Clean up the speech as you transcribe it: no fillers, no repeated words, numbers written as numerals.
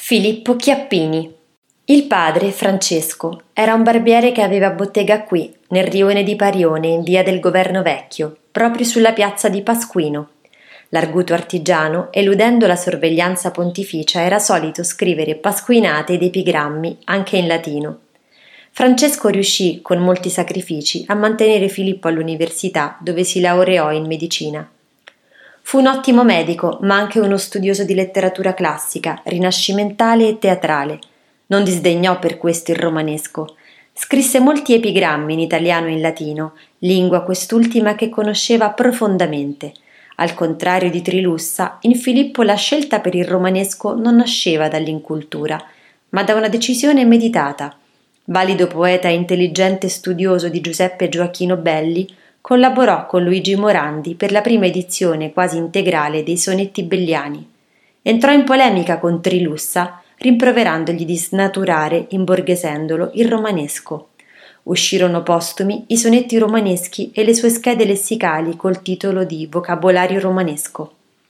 Filippo Chiappini. Il padre, Francesco, era un barbiere che aveva bottega qui, nel rione di Parione, in via del Governo Vecchio, proprio sulla piazza di Pasquino. L'arguto artigiano, eludendo la sorveglianza pontificia, era solito scrivere pasquinate ed epigrammi, anche in latino. Francesco riuscì, con molti sacrifici, a mantenere Filippo all'università, dove si laureò in medicina. Fu un ottimo medico, ma anche uno studioso di letteratura classica, rinascimentale e teatrale. Non disdegnò per questo il romanesco. Scrisse molti epigrammi in italiano e in latino, lingua quest'ultima che conosceva profondamente. Al contrario di Trilussa, in Filippo la scelta per il romanesco non nasceva dall'incultura, ma da una decisione meditata. Valido poeta e intelligente studioso di Giuseppe Gioacchino Belli, collaborò con Luigi Morandi per la prima edizione quasi integrale dei sonetti belliani. Entrò in polemica con Trilussa, rimproverandogli di snaturare, imborghesendolo, il romanesco. Uscirono postumi i sonetti romaneschi e le sue schede lessicali col titolo di Vocabolario romanesco.